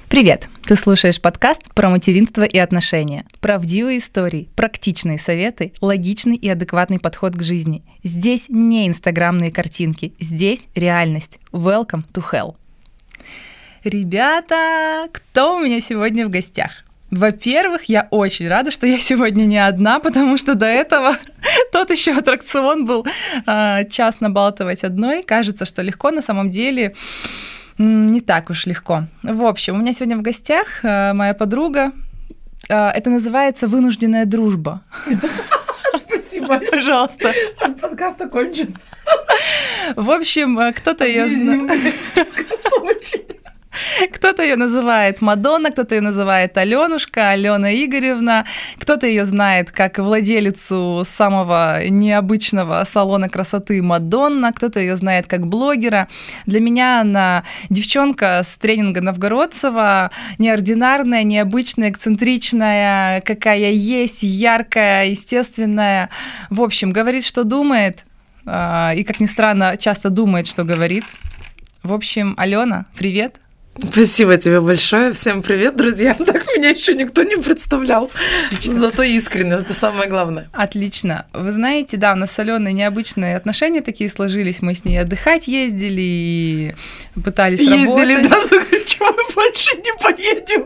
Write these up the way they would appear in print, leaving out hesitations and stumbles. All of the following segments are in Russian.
Привет! Ты слушаешь подкаст про материнство и отношения. Правдивые истории, практичные советы, логичный и адекватный подход к жизни. Здесь не инстаграмные картинки, здесь реальность. Welcome to hell. Ребята, кто у меня сегодня в гостях? Во-первых, я очень рада, что я сегодня не одна, потому что до этого тот еще аттракцион был час набалтывать одной. Кажется, что легко, на самом деле не так уж легко. В общем, у меня сегодня в гостях моя подруга. Это называется «Вынужденная дружба». Спасибо. Пожалуйста. Подкаст окончен. В общем, кто-то ее называет Мадонна, кто-то ее называет Алёнушка, Алена Игоревна, кто-то ее знает как владелицу самого необычного салона красоты Мадонна, кто-то ее знает как блогера. Для меня она девчонка с тренинга Новгородцева, неординарная, необычная, эксцентричная, какая есть, яркая, естественная. В общем, говорит, что думает, и, как ни странно, часто думает, что говорит. В общем, Алена, привет. Спасибо тебе большое. Всем привет, друзья. Так меня еще никто не представлял. Отлично. Зато искренне, это самое главное. Отлично. Вы знаете, да, у нас с Аленой необычные отношения такие сложились. Мы с ней отдыхать ездили и пытались работать. Ездили, да, но чего мы больше не поедем?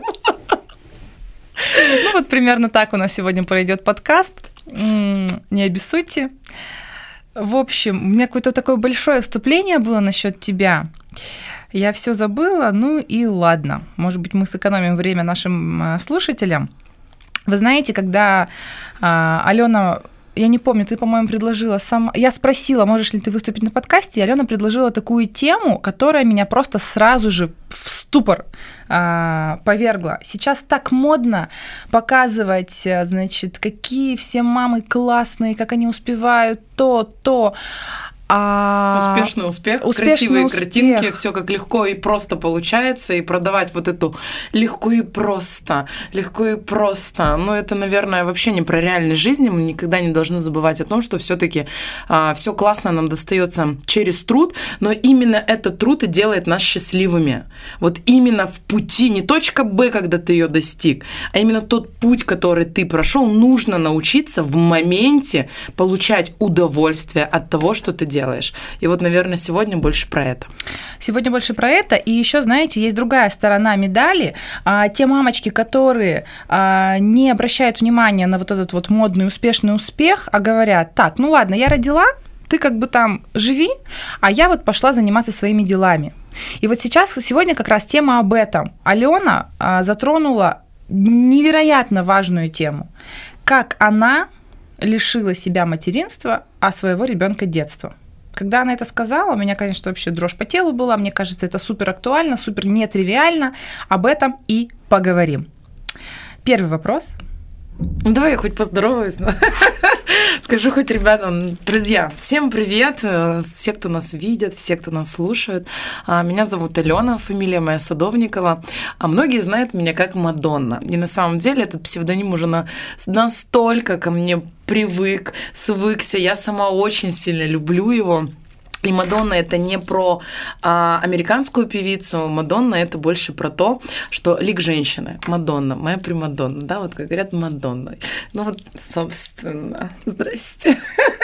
Ну вот примерно так у нас сегодня пройдет подкаст. Не обессудьте. В общем, у меня какое-то такое большое вступление было насчет тебя. Я все забыла, ну и ладно. Может быть, мы сэкономим время нашим слушателям. Вы знаете, когда Алена, я не помню, ты, по-моему, предложила сама... Я спросила, можешь ли ты выступить на подкасте, и Алена предложила такую тему, которая меня просто сразу же в ступор повергла. Сейчас так модно показывать, значит, какие все мамы классные, как они успевают то. Успешный успех, красивые картинки, все как легко и просто получается, и продавать вот эту легко и просто. Но это, наверное, вообще не про реальность жизни. Мы никогда не должны забывать о том, что все-таки все классно нам достается через труд, но именно этот труд и делает нас счастливыми. Вот именно в пути, не точка Б, когда ты ее достиг, а именно тот путь, который ты прошел, нужно научиться в моменте получать удовольствие от того, что ты делаешь. И вот, наверное, сегодня больше про это. Сегодня больше про это. И еще, знаете, есть другая сторона медали. Те мамочки, которые не обращают внимания на вот этот вот модный успешный успех, а говорят: так, ну ладно, я родила, ты как бы там живи, а я вот пошла заниматься своими делами. И вот сегодня как раз тема об этом. Алена затронула невероятно важную тему. Как она лишила себя материнства, а своего ребенка детства. Когда она это сказала, у меня, конечно, вообще дрожь по телу была. Мне кажется, это супер актуально, супер нетривиально. Об этом и поговорим. Первый вопрос. Ну, давай я хоть поздороваюсь. Скажу хоть ребятам, друзья, всем привет, все, кто нас видят, все, кто нас слушает. Меня зовут Алена, фамилия моя Садовникова, а многие знают меня как Мадонна. И на самом деле этот псевдоним уже настолько ко мне свыкся, я сама очень сильно люблю его. И Мадонна – это не про американскую певицу, Мадонна – это больше про то, что лик женщины, Мадонна, моя примадонна, да, вот как говорят, Мадонна. Ну вот, собственно, здрасте.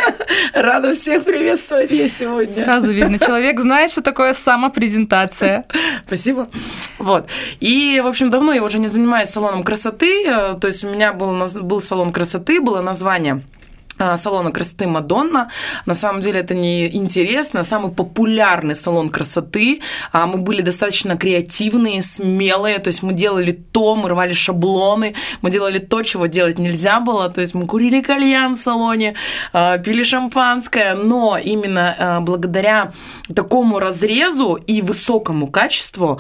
Рада всех приветствовать я сегодня. Сразу видно, человек знает, что такое самопрезентация. Спасибо. Вот. И, в общем, давно я уже не занимаюсь салоном красоты, то есть у меня был салон красоты, было название салона красоты Мадонна. На самом деле это не интересно. Самый популярный салон красоты. Мы были достаточно креативные, смелые. То есть мы делали мы рвали шаблоны, мы делали то, чего делать нельзя было. То есть мы курили кальян в салоне, пили шампанское. Но именно благодаря такому разрезу и высокому качеству,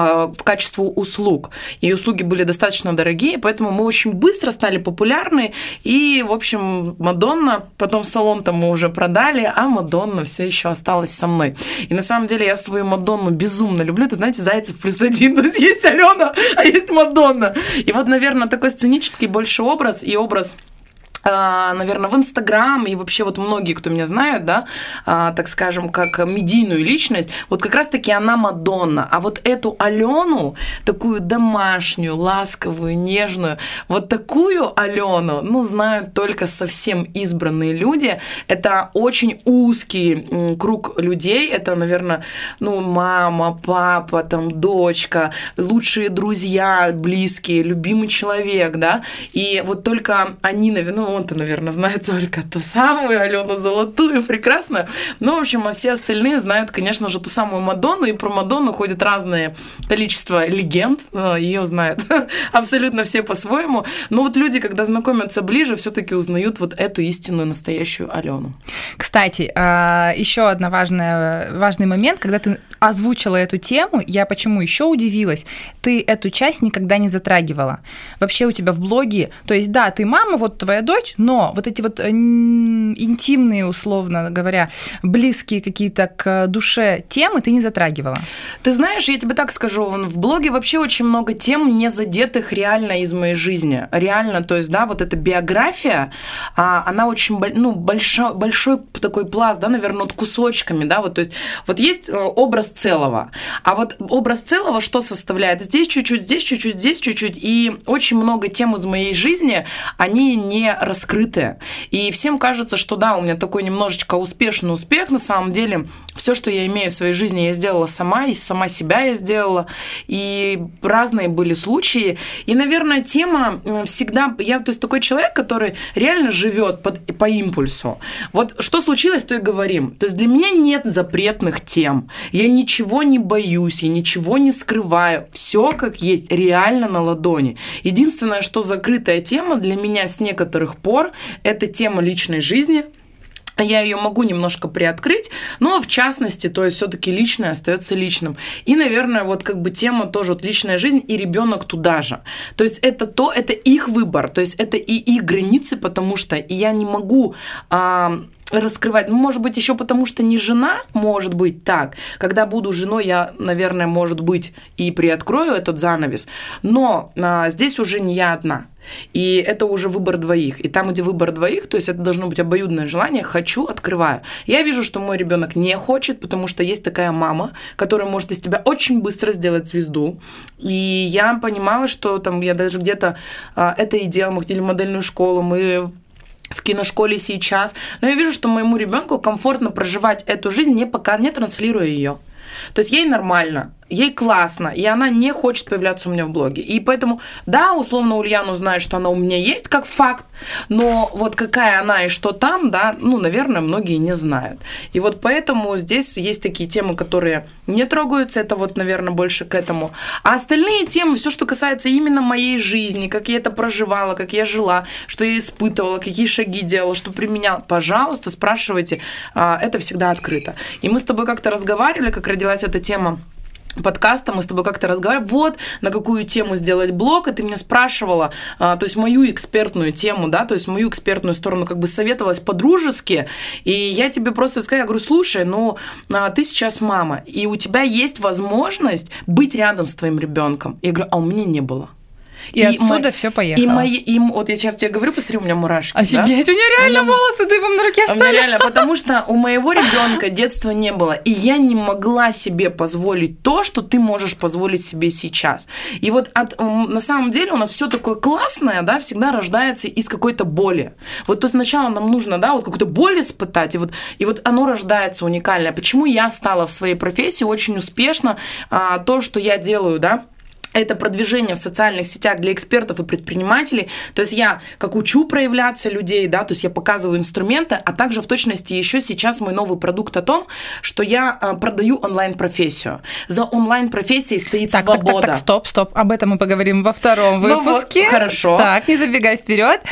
услуг, и услуги были достаточно дорогие, поэтому мы очень быстро стали популярны. И, в общем, Мадонна, потом салон-то мы уже продали, а Мадонна все еще осталась со мной. И на самом деле я свою Мадонну безумно люблю. Это, знаете, Зайцев +1. То есть Алена, а есть Мадонна. И вот, наверное, такой сценический больше образ и образ наверное, в Инстаграм и вообще вот многие, кто меня знают, да, так скажем, как медийную личность, вот как раз-таки она Мадонна. А вот эту Алену, такую домашнюю, ласковую, нежную, вот такую Алену, ну, знают только совсем избранные люди. Это очень узкий круг людей. Это, наверное, ну, мама, папа, там, дочка, лучшие друзья, близкие, любимый человек, да. И вот только они, наверное, он-то, наверное, знает только ту самую Алену Золотую, прекрасную. Ну, в общем, а все остальные знают, конечно же, ту самую Мадонну, и про Мадонну ходит разное количество легенд, ее знают абсолютно все по-своему. Но вот люди, когда знакомятся ближе, все-таки узнают вот эту истинную, настоящую Алену. Кстати, еще один важный момент, когда ты озвучила эту тему, я почему еще удивилась, ты эту часть никогда не затрагивала. Вообще у тебя в блоге, то есть да, ты мама, вот твоя дочь, но вот эти вот интимные, условно говоря, близкие какие-то к душе темы ты не затрагивала. Ты знаешь, я тебе так скажу, в блоге вообще очень много тем, не задетых реально из моей жизни. Реально, то есть, да, вот эта биография, она очень большой такой пласт, да, наверное, вот кусочками, да, вот, то есть, вот есть образ целого, а вот образ целого что составляет? Здесь чуть-чуть, здесь чуть-чуть, здесь чуть-чуть, и очень много тем из моей жизни, они не раскрыты. И всем кажется, что да, у меня такой немножечко успешный успех, на самом деле, все, что я имею в своей жизни, я сделала сама, и сама себя я сделала, и разные были случаи, и, наверное, тема всегда, я, то есть, такой человек, который реально живет по импульсу. Вот что случилось, то и говорим. То есть для меня нет запретных тем, я ничего не боюсь, я ничего не скрываю, все как есть, реально на ладони. Единственное, что закрытая тема для меня с некоторых пор, это тема личной жизни. Я ее могу немножко приоткрыть, но в частности, то есть все-таки личное остается личным. И, наверное, вот как бы тема тоже вот личная жизнь и ребенок туда же. То есть это их выбор, то есть это и их границы, потому что я не могу раскрывать. Ну, может быть, еще потому что не жена, может быть так. Когда буду женой, я, наверное, может быть, и приоткрою этот занавес. Но здесь уже не я одна. И это уже выбор двоих. И там, где выбор двоих, то есть это должно быть обоюдное желание, хочу, открываю. Я вижу, что мой ребенок не хочет, потому что есть такая мама, которая может из тебя очень быстро сделать звезду. И я понимала, что там я даже где-то это и делала, мы ходили в модельную школу, мы в киношколе сейчас, но я вижу, что моему ребенку комфортно проживать эту жизнь, пока не транслируя ее. То есть ей нормально, ей классно, и она не хочет появляться у меня в блоге. И поэтому, да, условно, Ульяна знает, что она у меня есть, как факт, но вот какая она и что там, да, ну, наверное, многие не знают. И вот поэтому здесь есть такие темы, которые не трогаются, это вот, наверное, больше к этому. А остальные темы, все, что касается именно моей жизни, как я это проживала, как я жила, что я испытывала, какие шаги делала, что применяла, пожалуйста, спрашивайте, это всегда открыто. И мы с тобой как-то разговаривали, как родилась эта тема подкаста, мы с тобой как-то разговаривали, вот, на какую тему сделать блог, и ты меня спрашивала, то есть мою экспертную тему, да, то есть мою экспертную сторону как бы советовалась по-дружески, и я тебе просто сказала, я говорю, слушай, ну, ты сейчас мама, и у тебя есть возможность быть рядом с твоим ребенком. Я говорю, а у меня не было. И отсюда все поехало. Вот я сейчас тебе говорю, посмотри, у меня мурашки. Офигеть, да? У меня реально волосы дыбом на руке стали. У меня реально, потому что у моего ребенка детства не было, и я не могла себе позволить то, что ты можешь позволить себе сейчас. И вот на самом деле у нас все такое классное, да, всегда рождается из какой-то боли. Вот то сначала нам нужно, да, вот какую-то боль испытать, и вот оно рождается уникальное. Почему я стала в своей профессии очень успешно, то, что я делаю, да, это продвижение в социальных сетях для экспертов и предпринимателей. То есть я как учу проявляться людей, да, то есть я показываю инструменты, а также в точности еще сейчас мой новый продукт о том, что я продаю онлайн-профессию. За онлайн-профессией стоит свобода. Так, стоп. Об этом мы поговорим во втором выпуске. Вот, хорошо. Так, не забегай вперед.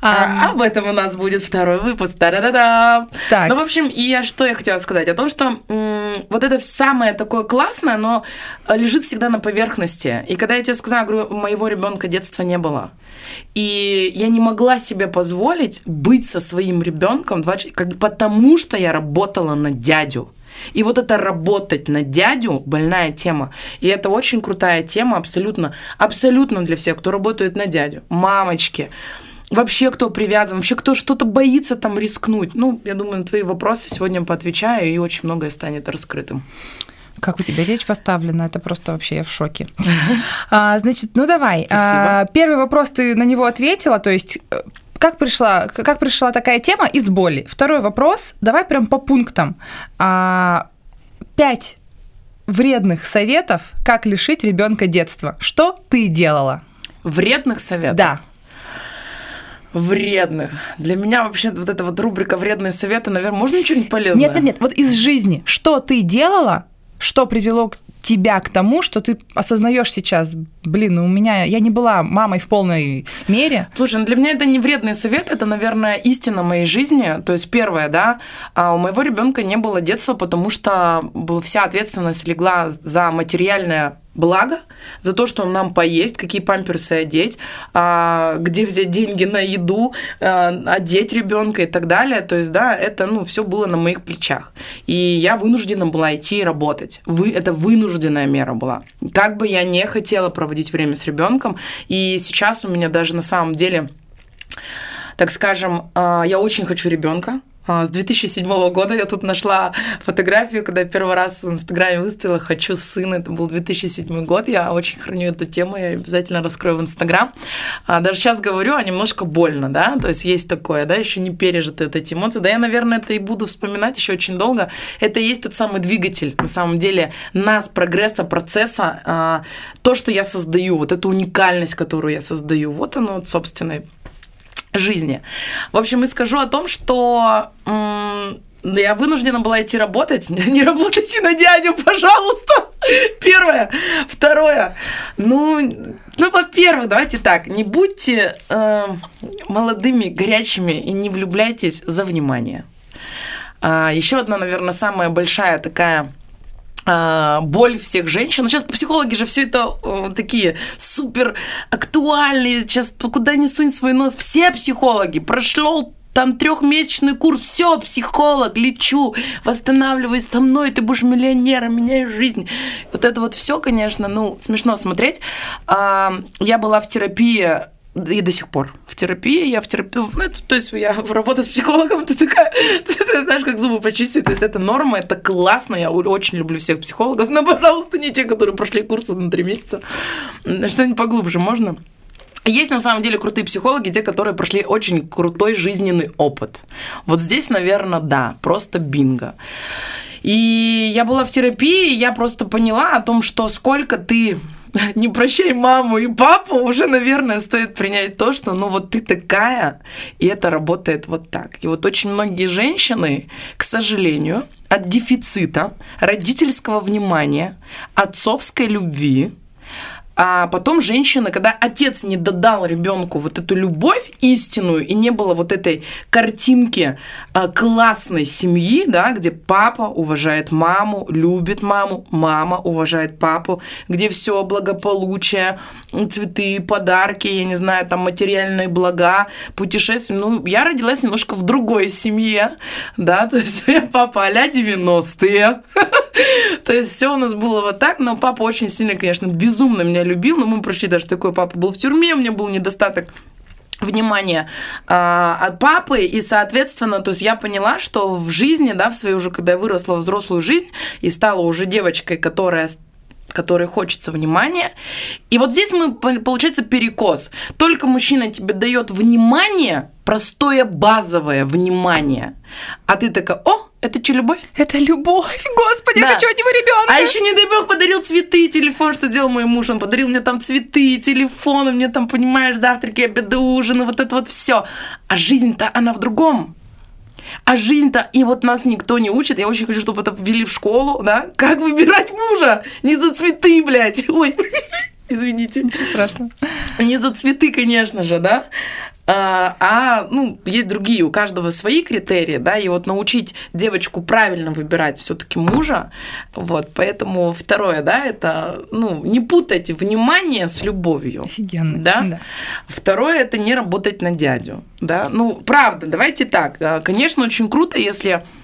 Об этом у нас будет второй выпуск. Да-да-да-да. Так. Ну, в общем, что я хотела сказать? О том, что вот это самое такое классное, но лежит всегда на поверхности. И когда я тебе сказала, говорю, у моего ребенка детства не было. И я не могла себе позволить быть со своим ребенком, потому что я работала на дядю. И вот это работать на дядю – больная тема. И это очень крутая тема абсолютно для всех, кто работает на дядю. Мамочки, вообще кто привязан, вообще кто что-то боится там рискнуть. Ну, я думаю, на твои вопросы сегодня поотвечаю, и очень многое станет раскрытым. Как у тебя речь поставлена, это просто вообще я в шоке. Значит, ну давай. Спасибо. Первый вопрос ты на него ответила, то есть как пришла такая тема из боли? Второй вопрос, давай прям по пунктам. 5 вредных советов, как лишить ребенка детства. Что ты делала? Вредных советов? Да. Вредных. Для меня вообще вот эта вот рубрика «Вредные советы», наверное, можно что-нибудь полезное? Нет, вот из жизни. Что ты делала, что привело тебя к тому, что ты осознаешь сейчас, я не была мамой в полной мере. Слушай, для меня это не вредный совет, это, наверное, истина моей жизни. То есть первое, да, у моего ребенка не было детства, потому что вся ответственность легла за материальное благо, за то, что нам поесть, какие памперсы одеть, где взять деньги на еду, одеть ребенка и так далее. То есть, да, это, все было на моих плечах. И я вынуждена была идти работать. Это вынужденная мера была. Как бы я не хотела проводить время с ребенком, и сейчас у меня даже на самом деле, так скажем, я очень хочу ребенка. С 2007 года я тут нашла фотографию, когда я первый раз в Инстаграме выставила «Хочу сына». Это был 2007 год. Я очень храню эту тему, я обязательно раскрою в Инстаграм. Даже сейчас говорю, немножко больно, да, то есть есть такое, да, еще не пережиты эти эмоции. Да, я, наверное, это и буду вспоминать еще очень долго. Это и есть тот самый двигатель, на самом деле, нас, прогресса, процесса, то, что я создаю, вот эту уникальность, которую я создаю, вот оно, собственно, жизни. В общем, и скажу о том, что я вынуждена была идти работать. Не работайте на дядю, пожалуйста. Первое. Второе. Во-первых, давайте так. Не будьте молодыми, горячими и не влюбляйтесь за внимание. Еще одна, наверное, самая большая такая боль всех женщин. Сейчас психологи же все это такие супер актуальные. Сейчас куда ни сунь свой нос. Все психологи. Прошел там 3-месячный курс. Все, психолог, лечу, восстанавливаюсь со мной. Ты будешь миллионером, меняешь жизнь. Вот это вот все, конечно, смешно смотреть. Я была в терапии. И до сих пор в терапии, то есть я в работе с психологом, ты такая, ты знаешь, как зубы почистить, то есть это норма, это классно, я очень люблю всех психологов, но, пожалуйста, не те, которые прошли курсы на 3 месяца, что-нибудь поглубже можно? Есть, на самом деле, крутые психологи, те, которые прошли очень крутой жизненный опыт. Вот здесь, наверное, да, просто бинго. И я была в терапии, и я просто поняла о том, что сколько ты не прощай маму и папу, уже, наверное, стоит принять то, что, ты такая, и это работает вот так. И вот очень многие женщины, к сожалению, от дефицита родительского внимания, отцовской любви, а потом женщины, когда отец не додал ребенку вот эту любовь истинную, и не было вот этой картинки классной семьи, да, где папа уважает маму, любит маму, мама уважает папу, где все благополучие, цветы, подарки, я не знаю, там материальные блага, путешествия. Я родилась немножко в другой семье, да, то есть у меня папа а-ля 90-е. То есть все у нас было вот так, но папа очень сильно, конечно, безумно меня любил, но мы прошли даже такой, папа был в тюрьме, у меня был недостаток внимания от папы, и, соответственно, то есть я поняла, что в жизни, да, в своей уже, когда я выросла в взрослую жизнь и стала уже девочкой, которой хочется внимания. И вот здесь получается перекос. Только мужчина тебе дает внимание, простое базовое внимание, а ты такая: это что, любовь? Это любовь, господи, да. Я хочу от него ребенка. А еще, не дай бог, подарил цветы и телефон. Что сделал мой муж? Он подарил мне там цветы и телефон, у меня там, понимаешь, завтраки, обеды, ужины, вот это вот все. А жизнь-то, она в другом. А жизнь-то, и вот нас никто не учит. Я очень хочу, чтобы это ввели в школу, да? Как выбирать мужа? Не за цветы, блядь. Ой, извините. Ничего страшного. Не за цветы, конечно же, да? Есть другие, у каждого свои критерии, да, и вот научить девочку правильно выбирать все-таки мужа, вот, поэтому второе, да, это, не путайте внимание с любовью. Офигенно. Да? Второе, это не работать на дядю, да, правда, давайте так, да, конечно, очень круто, если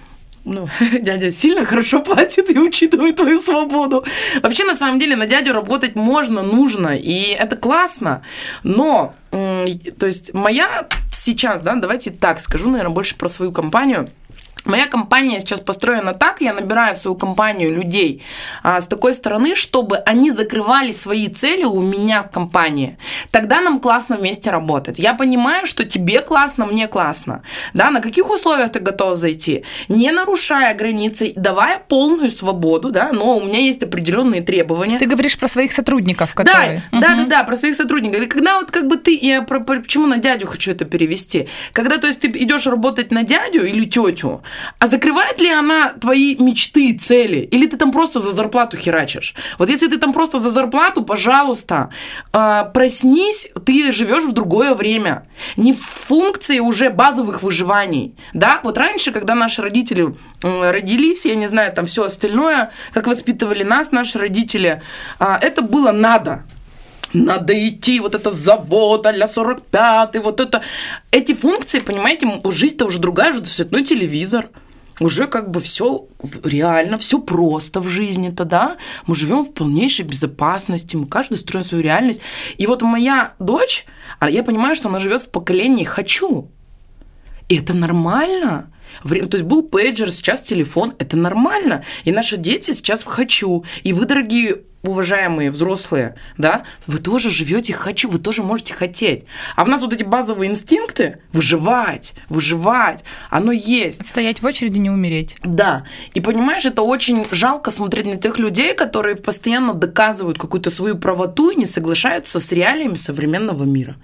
дядя сильно хорошо платит и учитывает твою свободу. Вообще, на самом деле, на дядю работать можно, нужно, и это классно. Но, то есть, моя сейчас, да, давайте так скажу, наверное, больше про свою компанию. Моя компания сейчас построена так, я набираю в свою компанию людей с такой стороны, чтобы они закрывали свои цели у меня в компании. Тогда нам классно вместе работать. Я понимаю, что тебе классно, мне классно. Да, на каких условиях ты готов зайти? Не нарушая границы, давая полную свободу, да, но у меня есть определенные требования. Ты говоришь про своих сотрудников, которые... Да, про своих сотрудников. И когда вот как бы почему на дядю хочу это перевести? Когда, то есть, ты идешь работать на дядю или тетю, а закрывает ли она твои мечты и цели? Или ты там просто за зарплату херачишь? Вот если ты там просто за зарплату, пожалуйста, проснись, ты живешь в другое время. Не в функции уже базовых выживаний. Да? Вот раньше, когда наши родители родились, я не знаю, там все остальное, как воспитывали нас наши родители, это было надо. Надо идти, вот это завод а-ля 45-й, вот это. Эти функции, понимаете, жизнь-то уже другая, уже цветной телевизор. Уже как бы все реально, все просто в жизни-то, да? Мы живем в полнейшей безопасности, мы каждый строим свою реальность. И вот моя дочь, я понимаю, что она живет в поколении «хочу». И это нормально. То есть был пейджер, сейчас телефон, это нормально. И наши дети сейчас в «хочу». И вы, дорогие уважаемые взрослые, да, вы тоже живете «хочу», вы тоже можете хотеть. А у нас вот эти базовые инстинкты выживать, оно есть. Стоять в очереди, не умереть. Да. И понимаешь, это очень жалко смотреть на тех людей, которые постоянно доказывают какую-то свою правоту и не соглашаются с реалиями современного мира.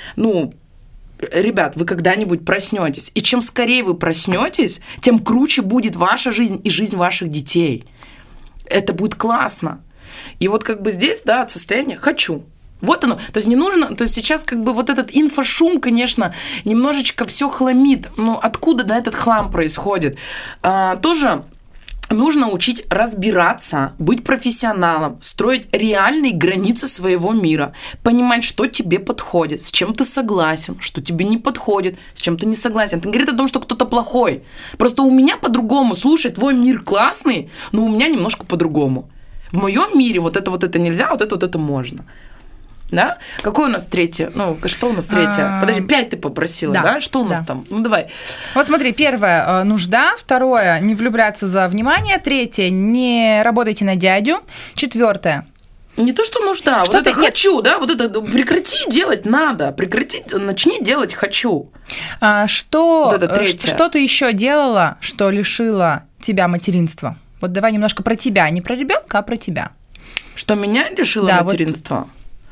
Ребят, вы когда-нибудь проснетесь. И чем скорее вы проснетесь, тем круче будет ваша жизнь и жизнь ваших детей. Это будет классно. И вот как бы здесь, да, от состояния «хочу». Вот оно. То есть не нужно, то есть сейчас как бы вот этот инфошум, конечно, немножечко все хламит. Откуда, да, этот хлам происходит? Тоже нужно учить разбираться, быть профессионалом, строить реальные границы своего мира, понимать, что тебе подходит, с чем ты согласен, что тебе не подходит, с чем ты не согласен. Это не говорит о том, что кто-то плохой. Просто у меня по-другому. Слушай, твой мир классный, но у меня немножко по-другому. В моем мире вот это нельзя, вот это можно. Да? Какое у нас третье? Что у нас третье? Подожди, 5 ты попросила, да? Что у нас там? Давай. Вот смотри, первое – нужда. Второе – не влюбляться за внимание. Третье – не работайте на дядю. Четвертое – не то, что нужда, вот это «хочу», да? Вот это прекрати делать надо, начни делать «хочу». Что ты еще делала, что лишило тебя материнства? Вот давай немножко про тебя, не про ребенка, а про тебя. Что меня лишило материнства?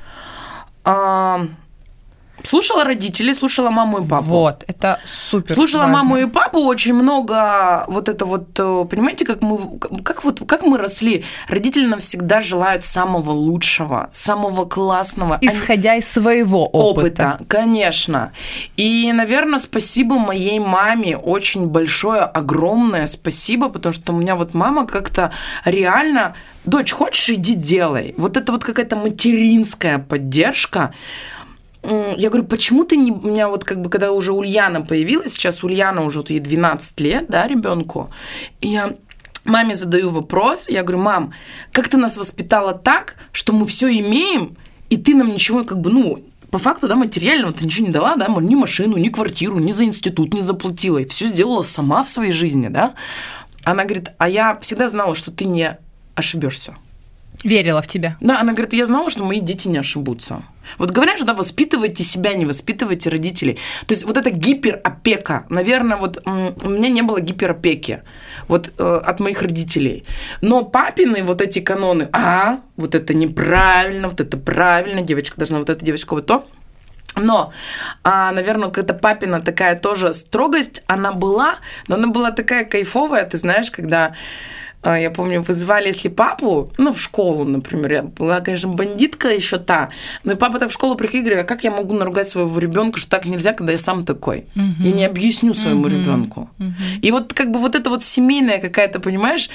Слушала родителей, слушала маму и папу. Вот, это супер слушала важно. Маму и папу очень много. Вот это вот, понимаете, как мы росли. Родители нам всегда желают самого лучшего, самого классного. Исходя из своего опыта. Конечно. И, наверное, спасибо моей маме. Очень большое, огромное спасибо, потому что у меня вот мама как-то реально... Дочь, хочешь, иди делай. Вот это вот какая-то материнская поддержка. Я говорю, почему ты не... У меня вот как бы, когда уже Ульяна появилась, сейчас Ульяна уже ей 12 лет, да, ребенку, и я маме задаю вопрос, я говорю, мам, как ты нас воспитала так, что мы все имеем, и ты нам ничего как бы, по факту, да, материального ты ничего не дала, да, ни машину, ни квартиру, ни за институт не заплатила, и все сделала сама в своей жизни, да. Она говорит, а я всегда знала, что ты не ошибешься. Верила в тебя. Да, она говорит, я знала, что мои дети не ошибутся. Вот говорят же, да, воспитывайте себя, не воспитывайте родителей. То есть вот эта гиперопека, наверное, вот у меня не было гиперопеки вот от моих родителей. Но папины вот эти каноны, вот это неправильно, вот это правильно, девочка должна вот эта девочка вот то. Но, наверное, какая-то папина такая тоже строгость, она была, но она была такая кайфовая, ты знаешь, когда... Я помню, вызывали, если папу, в школу, например, я была, конечно, бандитка еще та, но и папа так в школу приходит и говорит, а как я могу наругать своего ребенка, что так нельзя, когда я сам такой? Я не объясню своему ребенку. И вот как бы вот это вот семейная какая-то, понимаешь,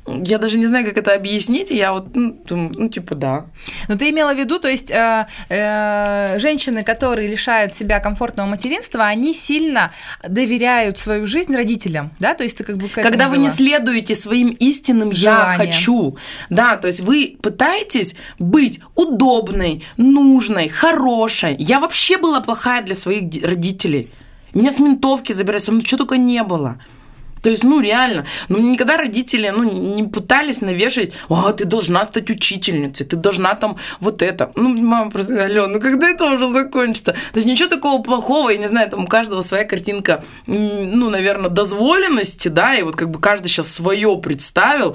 я даже не знаю, как это объяснить, я вот, типа, да. Но ты имела в виду, то есть женщины, которые лишают себя комфортного материнства, они сильно доверяют свою жизнь родителям, да, то есть ты как бы... Когда вы не следуете своим истинным «я хочу», да, то есть вы пытаетесь быть удобной, нужной, хорошей. Я вообще была плохая для своих родителей. Меня с ментовки забирали, со мной что только не было. То есть, реально. Но никогда родители, не пытались навешать: ты должна стать учительницей, ты должна там вот это. Мама просто: Алёна, когда это уже закончится? То есть, ничего такого плохого, я не знаю, там у каждого своя картинка, наверное, дозволенности, да, и вот как бы каждый сейчас свое представил.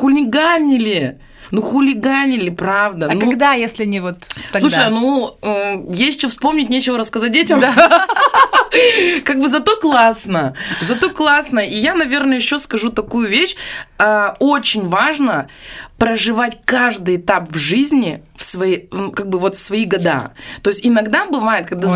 Хулиганили, правда. А когда, если не вот тогда? Слушай, есть что вспомнить, нечего рассказать детям. Да. Как бы зато классно. И я, наверное, еще скажу такую вещь. Очень важно проживать каждый этап в жизни в свои года. То есть иногда бывает, когда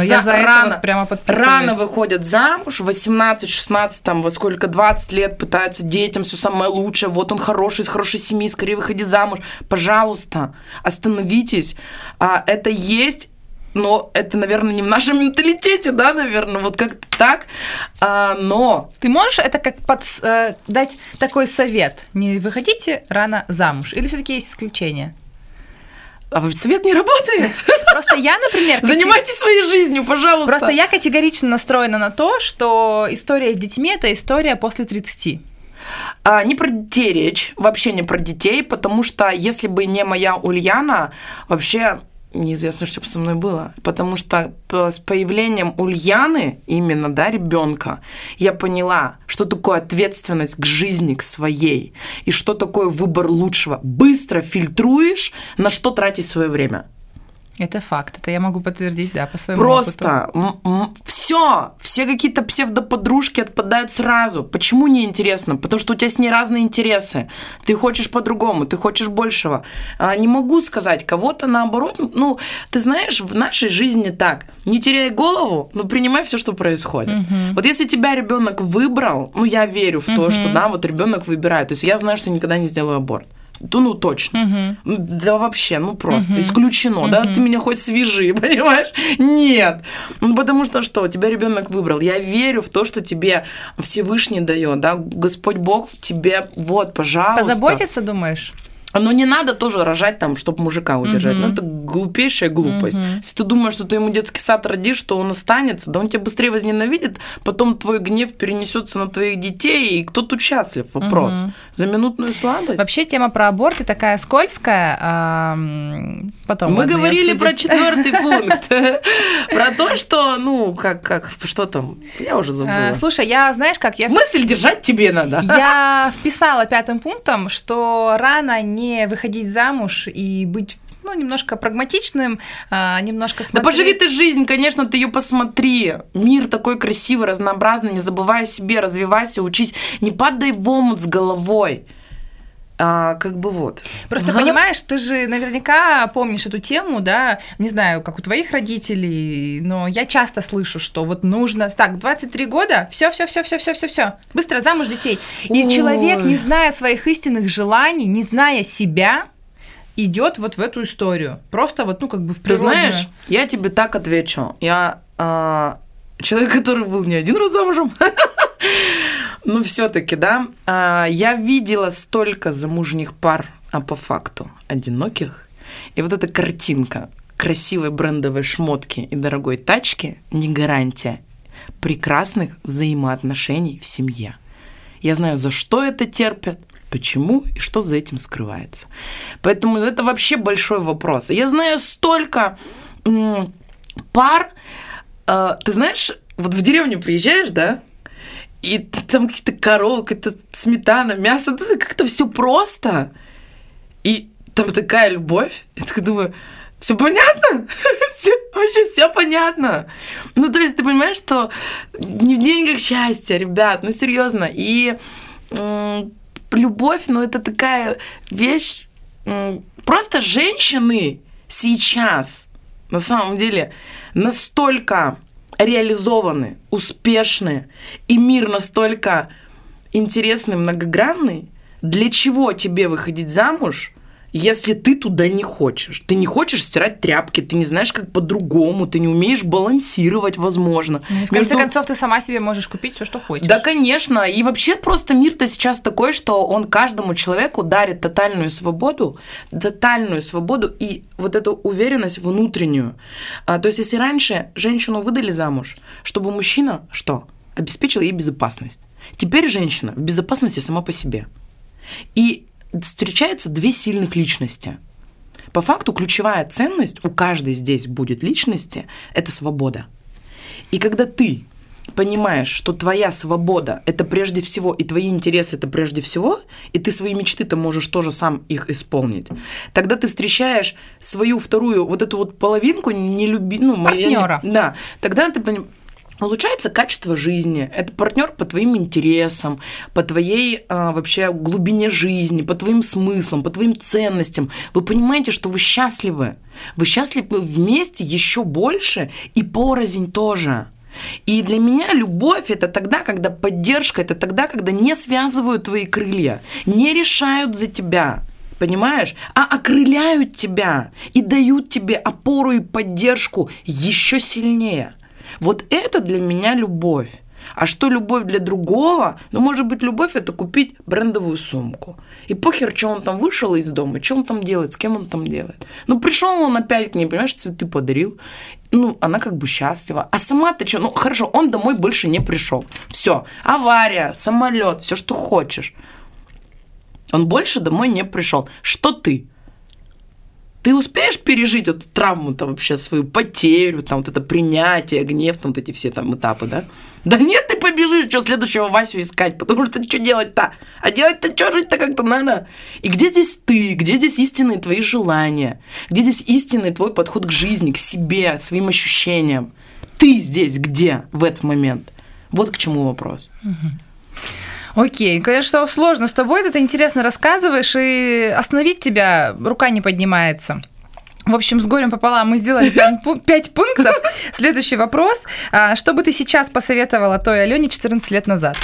рано выходят замуж, 18, 16, там, во сколько, 20 лет пытаются детям все самое лучшее, вот он хороший, из хорошей семьи, скорее выходи замуж. Пожалуйста, остановитесь. Это есть, но это, наверное, не в нашем менталитете, да, наверное, вот как-то так, но... Ты можешь это как дать такой совет? Не выходите рано замуж? Или все-таки есть исключения? А совет не работает. Просто я, например... Занимайтесь своей жизнью, пожалуйста. Просто я категорично настроена на то, что история с детьми – это история после 30. Не про детей речь, вообще не про детей, потому что если бы не моя Ульяна, вообще... неизвестно, что бы со мной было. Потому что с появлением Ульяны, именно, да, ребенка, я поняла, что такое ответственность к жизни, к своей, и что такое выбор лучшего. Быстро фильтруешь, на что тратить свое время. Это факт, это я могу подтвердить, да, по своему просто опыту. Все какие-то псевдоподружки отпадают сразу. Почему неинтересно? Потому что у тебя с ней разные интересы. Ты хочешь по-другому, ты хочешь большего. Не могу сказать, кого-то наоборот. Ты знаешь, в нашей жизни так. Не теряй голову, но принимай все, что происходит. Вот если тебя ребенок выбрал, я верю в то, что да, вот ребенок выбирает. То есть я знаю, что никогда не сделаю аборт. Точно. Да вообще, просто исключено. Да, ты меня хоть свяжи, понимаешь? Нет. Потому что что? Тебя ребенок выбрал. Я верю в то, что тебе Всевышний дает, да, Господь Бог тебе, вот, пожалуйста. Позаботиться, думаешь? Но не надо тоже рожать там, чтобы мужика удержать. Это глупейшая глупость. Если ты думаешь, что ты ему детский сад родишь, что он останется, да он тебя быстрее возненавидит, потом твой гнев перенесется на твоих детей, и кто тут счастлив? Вопрос. За минутную слабость? Вообще тема про аборты такая скользкая. Потом мы говорили про 4-й пункт. Про то, что, что там? Я уже забыла. Слушай, знаешь как? Мысль держать тебе надо. Я вписала 5-м пунктом, что рано не выходить замуж и быть немножко прагматичным, немножко смотреть. Да поживи ты жизнь, конечно, ты ее посмотри. Мир такой красивый, разнообразный, не забывай о себе, развивайся, учись, не падай в омут с головой. Просто понимаешь, ты же наверняка помнишь эту тему, да, не знаю, как у твоих родителей, но я часто слышу, что вот нужно, 23 года, все, быстро замуж, детей. И человек, не зная своих истинных желаний, не зная себя, идет вот в эту историю. Просто в природную. Ты знаешь, я тебе так отвечу. Я человек, который был не один раз замужем. Все-таки, да, я видела столько замужних пар, а по факту одиноких. И вот эта картинка красивой брендовой шмотки и дорогой тачки не гарантия прекрасных взаимоотношений в семье. Я знаю, за что это терпят, почему и что за этим скрывается. Поэтому это вообще большой вопрос. Я знаю столько пар. Ты знаешь, вот в деревню приезжаешь, да, и там какие-то коровы, какая-то сметана, мясо, это как-то все просто. И там такая любовь. Я так думаю, все понятно? Вообще все понятно. То есть ты понимаешь, что не в деньгах счастье, ребят, серьезно. И любовь, это такая вещь. Просто женщины сейчас на самом деле настолько реализованы, успешны, и мир настолько интересный, многогранный, для чего тебе выходить замуж, если ты туда не хочешь? Ты не хочешь стирать тряпки, ты не знаешь, как по-другому, ты не умеешь балансировать, возможно. В конце концов, ты сама себе можешь купить все, что хочешь. Да, конечно. И вообще просто мир-то сейчас такой, что он каждому человеку дарит тотальную свободу и вот эту уверенность внутреннюю. То есть, если раньше женщину выдали замуж, чтобы мужчина что? Обеспечил ей безопасность. Теперь женщина в безопасности сама по себе. И встречаются две сильных личности. По факту ключевая ценность у каждой здесь будет личности – это свобода. И когда ты понимаешь, что твоя свобода – это прежде всего, и твои интересы – это прежде всего, и ты свои мечты-то можешь тоже сам их исполнить, тогда ты встречаешь свою вторую вот эту вот половинку партнёра. Да, тогда ты понимаешь, улучшается качество жизни. Это партнер по твоим интересам, по твоей вообще глубине жизни, по твоим смыслам, по твоим ценностям. Вы понимаете, что вы счастливы. Вы счастливы вместе еще больше и порознь тоже. И для меня любовь – это тогда, когда поддержка, это тогда, когда не связывают твои крылья, не решают за тебя, понимаешь, а окрыляют тебя и дают тебе опору и поддержку еще сильнее. Вот это для меня любовь. А что любовь для другого? Ну, может быть, любовь – это купить брендовую сумку. И похер, что он там вышел из дома, что он там делает, с кем он там делает. Ну, пришел он опять к ней, понимаешь, цветы подарил. Ну, она как бы счастлива. А сама-то что? Ну, хорошо, он домой больше не пришел. Все, авария, самолет, все, что хочешь. Он больше домой не пришел. Что ты? Ты успеешь пережить эту травму-то вообще, свою потерю, там вот это принятие, гнев, там вот эти все там этапы, да? Да нет, ты побежишь, что следующего Васю искать, потому что что делать-то? А делать-то что, жить-то как-то надо? И где здесь ты? Где здесь истинные твои желания? Где здесь истинный твой подход к жизни, к себе, своим ощущениям? Ты здесь где в этот момент? Вот к чему вопрос. Окей, конечно, сложно с тобой, ты интересно рассказываешь, и остановить тебя рука не поднимается. В общем, с горем пополам мы сделали 5 пунктов. Следующий вопрос. Что бы ты сейчас посоветовала той Алёне 14 лет назад?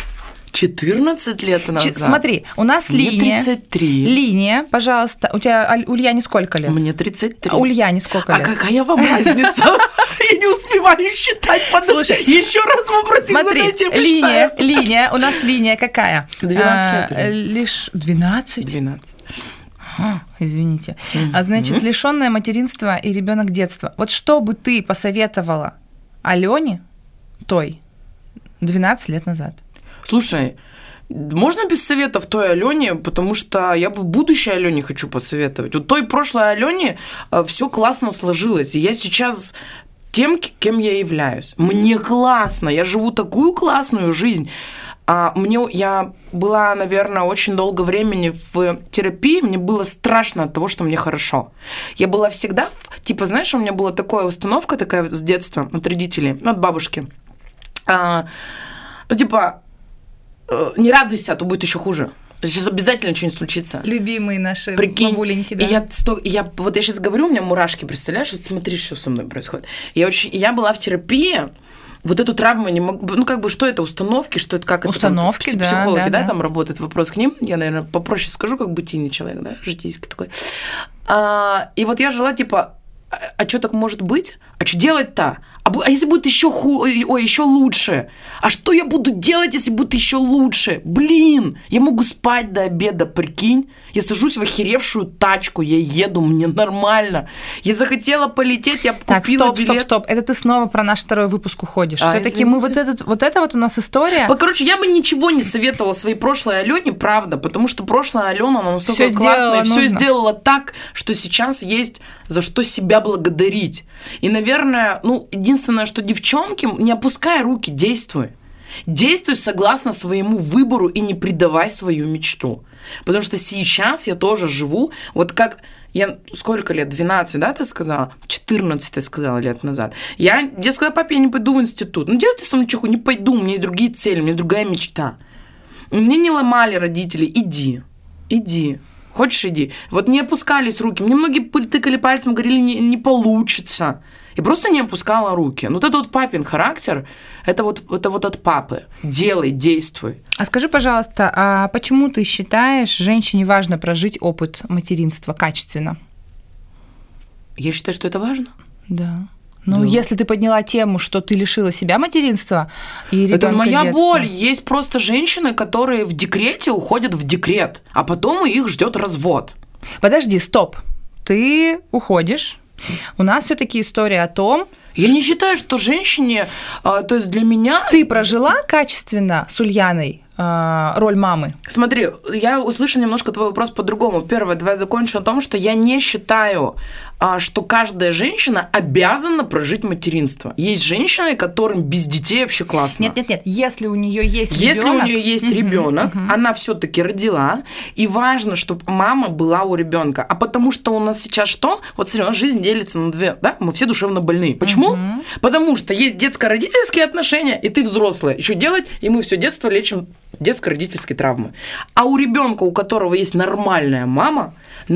14 лет назад? Смотри, у нас мне линия. 33. Линия, пожалуйста. У тебя Ульяне сколько лет? Мне 33. А Ульяне сколько лет? А какая вам разница? Я не успеваю считать. Слушай, еще раз вопрос задайте. Линия. У нас линия какая? 12 лет. Лишь 12? 12. Извините. Значит, лишённое материнства и ребенок детства. Вот что бы ты посоветовала Алёне той 12 лет назад? Слушай, можно без советов той Алёне, потому что я бы будущей Алёне хочу посоветовать. У той прошлой Алёне все классно сложилось, и я сейчас тем, кем я являюсь. Мне классно, я живу такую классную жизнь. Я была, наверное, очень долго времени в терапии, мне было страшно от того, что мне хорошо. Я была всегда, знаешь, у меня была такая установка такая с детства от родителей, от бабушки. Не радуйся, а то будет еще хуже. Сейчас обязательно что-нибудь случится. Любимые наши бабуленьки, да? Я сейчас говорю, у меня мурашки, представляешь, вот смотри, что со мной происходит. Я была в терапии, вот эту травму не могу... что это, установки, что это, как установки, это там, психологи, да, там работает вопрос к ним. Я, наверное, попроще скажу, как бытийный человек, да, житейский такой. И вот я жила, а что так может быть? А что делать-то? А если будет еще лучше? А что я буду делать, если будет еще лучше? Блин, я могу спать до обеда, прикинь. Я сажусь в охеревшую тачку, я еду, мне нормально. Я захотела полететь, я купила билет. Стоп. Это ты снова про наш второй выпуск уходишь. Все-таки мы вот это у нас история. Короче, я бы ничего не советовала своей прошлой Алёне, правда, потому что прошлая Алёна, она настолько классная, все сделала так, что сейчас есть за что себя благодарить. И, наверное, единственное, что девчонки, не опускай руки, действуй. Действуй согласно своему выбору и не предавай свою мечту. Потому что сейчас я тоже живу, вот как я, сколько лет, 12, да, ты сказала? 14, ты сказала лет назад. Я сказала, папе, я не пойду в институт. Делайте со мной чеху, не пойду, у меня есть другие цели, у меня есть другая мечта. Мне не ломали родители, иди. хочешь, иди. Вот не опускались руки. Мне многие тыкали пальцем, говорили, не получится. И просто не опускала руки. Вот это вот папин характер, это вот от папы. Делай, действуй. А скажи, пожалуйста, а почему ты считаешь, женщине важно прожить опыт материнства качественно? Я считаю, что это важно. Да. Ну, если ты подняла тему, что ты лишила себя материнства и ребенка это моя детства. боль. Есть просто женщины, которые в декрете уходят в декрет, а потом их ждет развод. Подожди, стоп. Ты уходишь. У нас все-таки история о том... Я не считаю, что женщине... То есть для меня... Ты прожила качественно с Ульяной роль мамы? Смотри, я услышала немножко твой вопрос по-другому. Первое, давай закончу о том, что я не считаю, что каждая женщина обязана прожить материнство. Есть женщины, которым без детей вообще классно. Нет. Если у нее есть ребенок... Если у нее есть ребенок, она все-таки родила, и важно, чтобы мама была у ребенка. А потому что у нас сейчас что? Вот смотри, у нас жизнь делится на две, да? Мы все душевно больные. Почему? Потому что есть детско-родительские отношения, и ты взрослая. И что делать? И мы все детство лечим детско-родительские травмы. А у ребенка, у которого есть нормальная мама,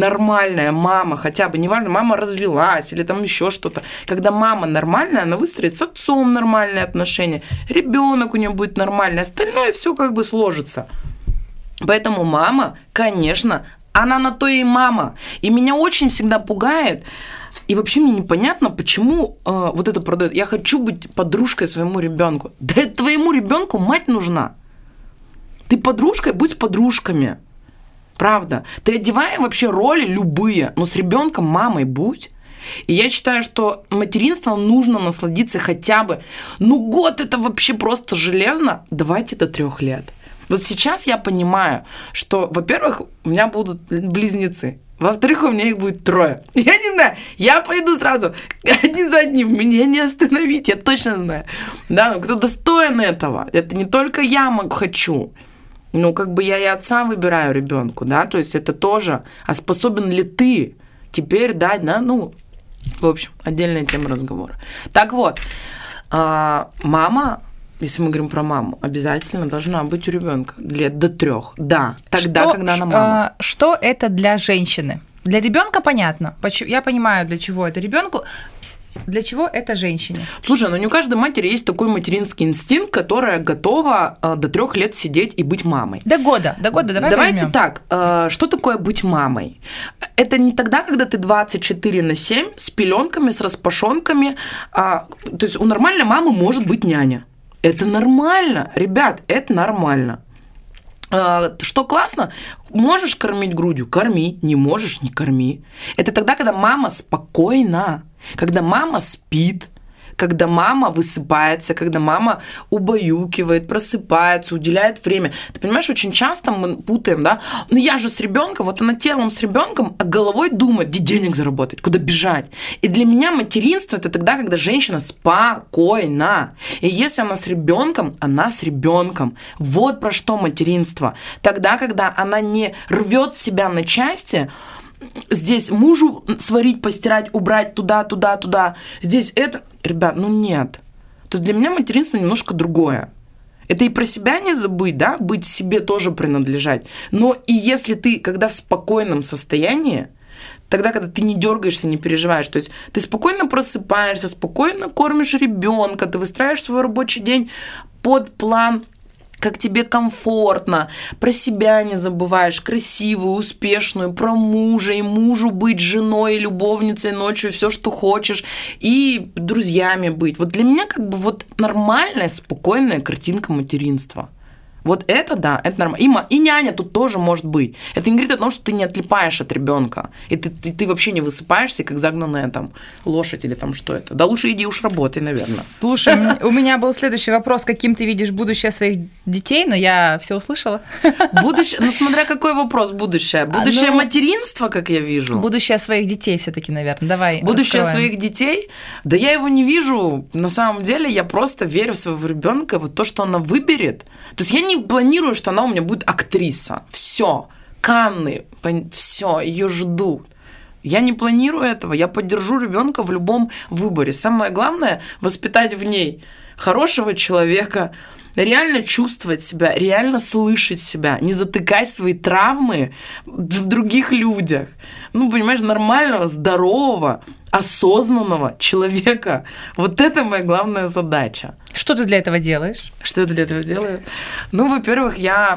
хотя бы, неважно, мама развелась или там еще что-то, когда мама нормальная, она выстроит с отцом нормальные отношения, ребенок у нее будет нормальный, остальное все как бы сложится. Поэтому мама, конечно, она на то и мама. И меня очень всегда пугает, и вообще мне непонятно, почему вот это продают. Я хочу быть подружкой своему ребенку. Да твоему ребенку мать нужна. Ты подружкой, будь с подружками. Правда. Ты одевай вообще роли любые, но с ребенком мамой будь. И я считаю, что материнством нужно насладиться хотя бы, год это вообще просто железно. Давайте до 3 лет. Вот сейчас я понимаю, что, во-первых, у меня будут близнецы. Во-вторых, у меня их будет 3. Я не знаю, я пойду сразу один за одним, меня не остановить, я точно знаю. Да, кто достоин этого. Это не только я хочу. Я и отца выбираю ребенку, да, то есть это тоже. А способен ли ты теперь дать, да, в общем, отдельная тема разговора. Так вот, мама, если мы говорим про маму, обязательно должна быть у ребенка лет до 3. Да, тогда, когда она мама. Что это для женщины? Для ребенка понятно. Я понимаю, для чего это ребенку. Для чего это женщине? Слушай, не у каждой матери есть такой материнский инстинкт, которая готова до 3 лет сидеть и быть мамой. До года, Давайте возьмем. Так, что такое быть мамой? Это не тогда, когда ты 24/7 с пеленками, с распашонками. То есть у нормальной мамы может быть няня. Это нормально, ребят, это нормально. Что классно? Можешь кормить грудью? Корми. Не можешь? Не корми. Это тогда, когда мама спокойна, когда мама спит, когда мама высыпается, когда мама убаюкивает, просыпается, уделяет время. Ты понимаешь, очень часто мы путаем, да? Я же с ребенком, вот она телом с ребенком, а головой думает, где денег заработать, куда бежать. И для меня материнство – это тогда, когда женщина спокойна. И если она с ребенком, она с ребенком. Вот про что материнство. Тогда, когда она не рвет себя на части, здесь мужу сварить, постирать, убрать туда. Здесь это... Ребят, нет. То есть для меня материнство немножко другое. Это и про себя не забыть, да, быть себе тоже принадлежать. Но и если ты, когда в спокойном состоянии, тогда, когда ты не дергаешься, не переживаешь, то есть ты спокойно просыпаешься, спокойно кормишь ребенка, ты выстраиваешь свой рабочий день под план, как тебе комфортно, про себя не забываешь, красивую, успешную, про мужа, и мужу быть женой, любовницей ночью, все, что хочешь, и друзьями быть. Вот для меня нормальная, спокойная картинка материнства. Вот это да, это нормально. И няня тут тоже может быть. Это не говорит о том, что ты не отлипаешь от ребенка, и ты вообще не высыпаешься, как загнанная лошадь или что это. Да лучше иди уж работай, наверное. Слушай, у меня был следующий вопрос, каким ты видишь будущее своих детей, но я все услышала. Будущее, смотря какой вопрос будущее. Будущее материнства, как я вижу. Будущее своих детей все-таки, наверное. Давай. Будущее своих детей? Да я его не вижу. На самом деле я просто верю в своего ребенка, то, что она выберет. То есть я не планирую, что она у меня будет актриса. Все. Канны. Все. Ее ждут. Я не планирую этого. Я поддержу ребенка в любом выборе. Самое главное – воспитать в ней хорошего человека, реально чувствовать себя, реально слышать себя, не затыкать свои травмы в других людях. Ну, понимаешь, нормального, здорового, осознанного человека. Вот это моя главная задача. Что ты для этого делаешь? Что я для этого делаю? Ну, во-первых, я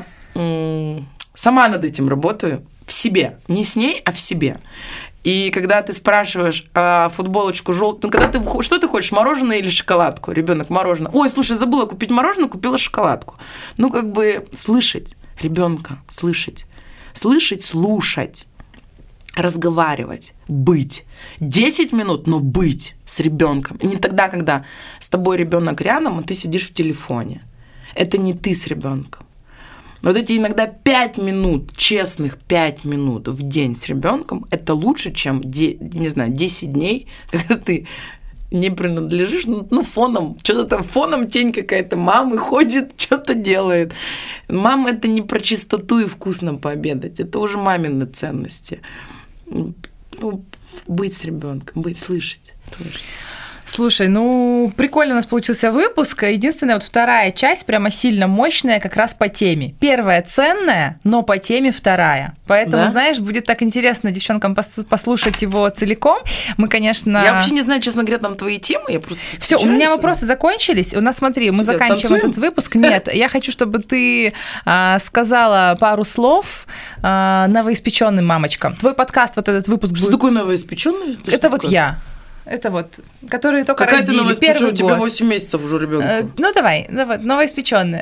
сама над этим работаю в себе. Не с ней, а в себе. И когда ты спрашиваешь футболочку желтую, ну, когда ты, что ты хочешь, мороженое или шоколадку? Ребенок, мороженое. Ой, слушай, забыла купить мороженое, купила шоколадку. Ну, как бы слышать ребенка, слышать, слушать, разговаривать, быть. 10 минут, но быть с ребенком. И не тогда, когда с тобой ребенок рядом, а ты сидишь в телефоне. Это не ты с ребенком. Вот эти иногда 5 минут, честных 5 минут в день с ребенком, это лучше, чем, не знаю, 10 дней, когда ты не принадлежишь, ну, фоном, что-то там, фоном тень какая-то, мамы ходит, что-то делает. Мама – это не про чистоту и вкусно пообедать, это уже мамины ценности. Ну, быть с ребенком, слышать. Слушай, ну, прикольно у нас получился выпуск. Единственная, вот вторая часть прямо сильно мощная как раз по теме. Первая ценная, но по теме вторая. Поэтому, да? Знаешь, будет так интересно девчонкам послушать его целиком. Мы, конечно... Я вообще не знаю, честно говоря, там твои темы, я просто... Все, у меня вопросы закончились. У нас, смотри, мы заканчиваем этот выпуск. Нет, я хочу, чтобы ты сказала пару слов новоиспеченным мамочкам. Твой подкаст, вот этот выпуск будет... Что такое новоиспеченный? Это вот я. Это вот, которые только какая родили. Какая ты новоиспечённая? У тебя 8 месяцев уже ребенку. Ну, давай, новоиспечённые.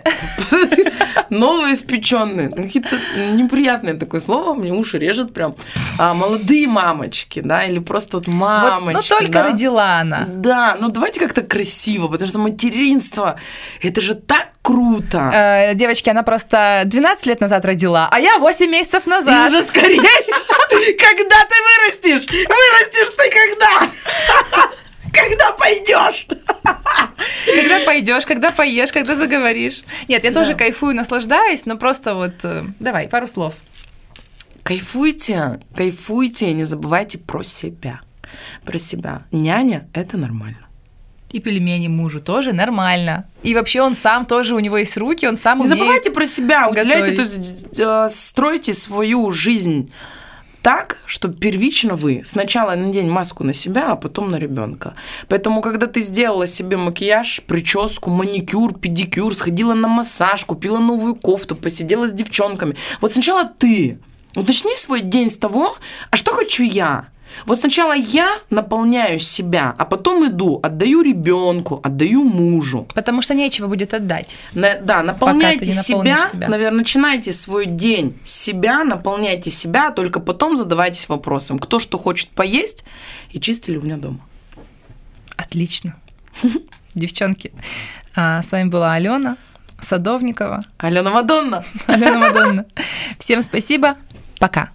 Новоиспечённые. Какие-то неприятное такое слово, мне уши режет прям. Молодые мамочки, да, или просто вот мамочки. Вот, ну, только да? родила она. Да, ну давайте как-то красиво, потому что материнство, это же так круто. Девочки, она просто 12 лет назад родила, а я 8 месяцев назад. И уже скорее. Когда ты вырастешь? Вырастешь ты когда? Когда пойдешь? Когда пойдешь, когда поешь, когда заговоришь. Нет, я тоже кайфую, наслаждаюсь, но просто вот давай, пару слов. Кайфуйте, кайфуйте, не забывайте про себя. Про себя. Няня – это нормально. И пельмени мужу тоже нормально. И вообще он сам тоже, у него есть руки, он сам умеет готовить. Не забывайте про себя, уделяйте, то есть стройте свою жизнь так, чтобы первично вы сначала надень маску на себя, а потом на ребенка. Поэтому, когда ты сделала себе макияж, прическу, маникюр, педикюр, сходила на массаж, купила новую кофту, посидела с девчонками. Вот сначала ты. Вот начни свой день с того, а что хочу я? Вот сначала я наполняю себя, а потом иду, отдаю ребенку, отдаю мужу. Потому что нечего будет отдать. Да, наполняйте себя, наверное, начинайте свой день с себя, наполняйте себя, только потом задавайтесь вопросом, кто что хочет поесть и чисто ли у меня дома. Отлично. Девчонки, с вами была Алена Садовникова. Алена Мадонна. Алена Мадонна. Всем спасибо. Пока.